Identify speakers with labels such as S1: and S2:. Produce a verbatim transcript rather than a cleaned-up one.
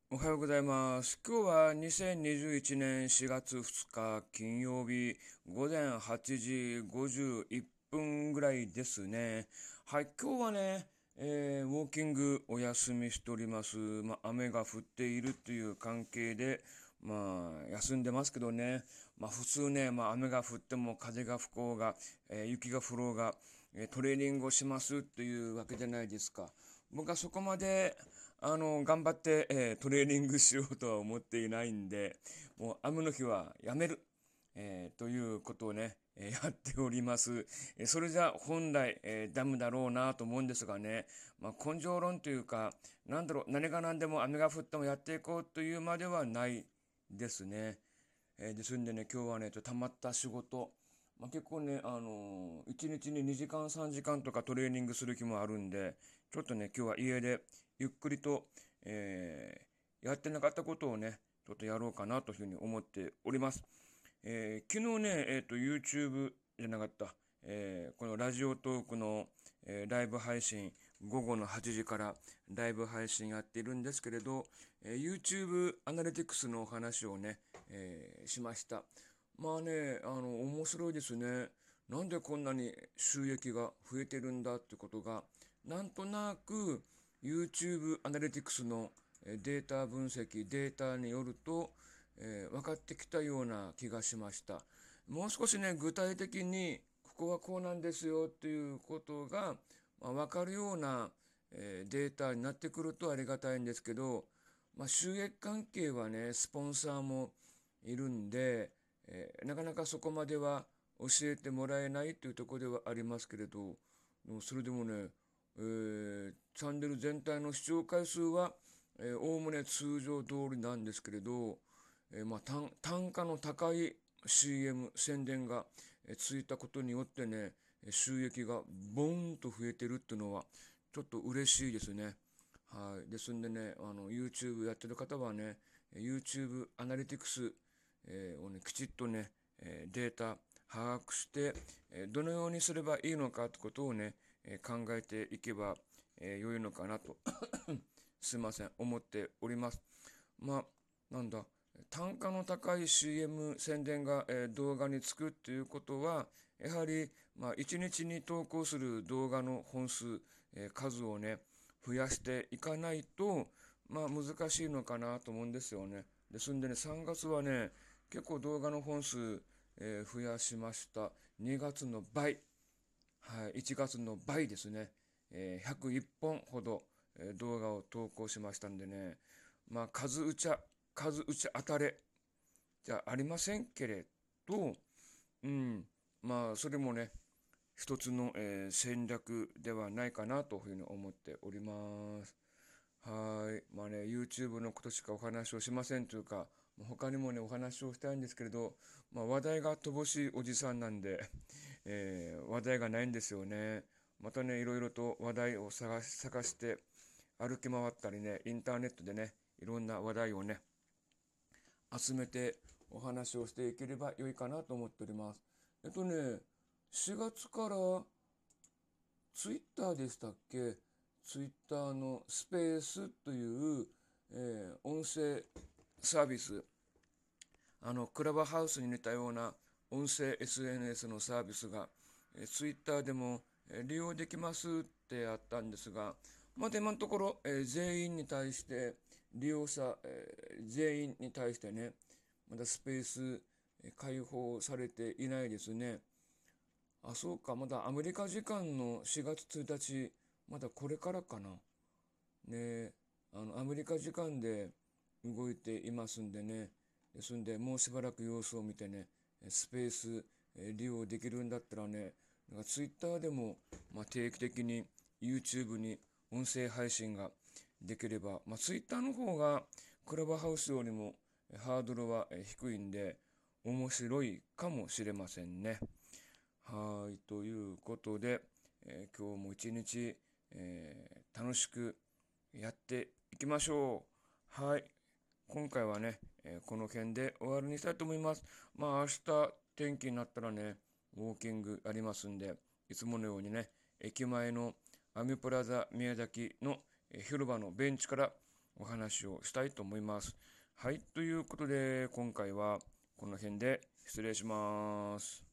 S1: おはようございます。今日はにせんにじゅういちねんしがつふつか金曜日午前はちじごじゅういっぷんぐらいですね。はい、今日はね、えーウォーキングお休みしております。まあ、雨が降っているという関係で、まあ、休んでますけどね。まあ、普通ね、まあ、雨が降っても風が吹こうが、えー雪が降ろうが、えートレーニングをしますというわけじゃないですか。僕はそこまで、あの、頑張って、えートレーニングしようとは思っていないんで、もう雨の日はやめる、えーということをね、えーやっております。えーそれじゃ本来、えーダメだろうなと思うんですがね、まあ、根性論というか、なんだろう、何が何でも雨が降ってもやっていこうというまではないですね。えーですんでね、今日はね、ちょっと溜まった仕事、まあ、結構ね、あのー、いちにちににじかんさんじかんとかトレーニングする日もあるんで、ちょっとね、今日は家でゆっくりと、えーやってなかったことをね、ちょっとやろうかなというふうに思っております。えー昨日ね、えっと、YouTube じゃなかった、えーこのラジオトークの、えーライブ配信、午後のはちじからライブ配信やっているんですけれど、えー YouTube アナリティクスのお話をね、えーしました。まあね、あの、面白いですね。なんでこんなに収益が増えてるんだってことが、なんとなく YouTube アナリティクスのえーデータ分析、データによると、えー分かってきたような気がしました。もう少しね、具体的に、ここはこうなんですよっていうことが、まあ、分かるような、えーデータになってくるとありがたいんですけど、まあ、収益関係はね、スポンサーもいるんで、えーなかなかそこまでは教えてもらえないというところではありますけれど、でもそれでもね、えーチャンネル全体の視聴回数はおおむね通常通りなんですけれど、えーまあ、単単価の高い シーエム 宣伝がえーついたことによってね、収益がボーンと増えてるっていうのはちょっと嬉しいですね。はい。ですんでね、あの YouTube やってる方はね、YouTube アナリティクス、えーをね、きちっとね、えーデータ把握して、えーどのようにすればいいのかってことをね、えー考えていけば、えー良いのかなとすいません、思っております。まあ、なんだ、単価の高い シーエム 宣伝が、えー動画につくっていうことは、やはり、まあ、いちにちに投稿する動画の本数、えー数をね、増やしていかないと、まあ、難しいのかなと思うんですよね。ですんでね、さんがつはね、結構動画の本数、えー増やしました。にがつの倍。はい、いちがつの倍ですね、えーひゃくいっぽんほど、えー動画を投稿しましたんでね、まあ、数打ちゃ、数打ち当たれじゃありませんけれど、うん、まあ、それもね、一つの、えー戦略ではないかなというふうに思っております。はい。まあね、YouTube のことしかお話をしませんというか、他にもね、お話をしたいんですけれど、まあ、話題が乏しいおじさんなんで、えー話題がないんですよね。またね、いろいろと話題を探し、探して歩き回ったりね、インターネットでね、いろんな話題をね、集めてお話をしていければ良いかなと思っております。えっとね、しがつからツイッターでしたっけ？ツイッターのスペースという、えー音声サービス、あの、クラブハウスに似たような音声 エスエヌエス のサービスが、えー、ツイッターでも、えー利用できますってあったんですが、まだ今のところ、えー全員に対して、利用者、えー全員に対してね、まだスペース、えー開放されていないですね。あ、そうか、まだアメリカ時間のしがつついたち、まだこれからかな。ね、あの、アメリカ時間で動いていますんでね。ですんで、もうしばらく様子を見てね、スペース、えー利用できるんだったらね、なんかツイッターでも、まあ、定期的に YouTube に音声配信ができれば、まあ、ツイッターの方がクラブハウスよりもえーハードルはえー低いんで、面白いかもしれませんね。はい、ということで、えー今日も一日、えー楽しくやっていきましょう。はい。今回はね、えーこの辺で終わりにしたいと思います。まあ明日天気になったらね、ウォーキングありますんで、いつものようにね、駅前のアミュプラザ宮崎のえー広場のベンチからお話をしたいと思います。はい、ということで今回はこの辺で失礼します。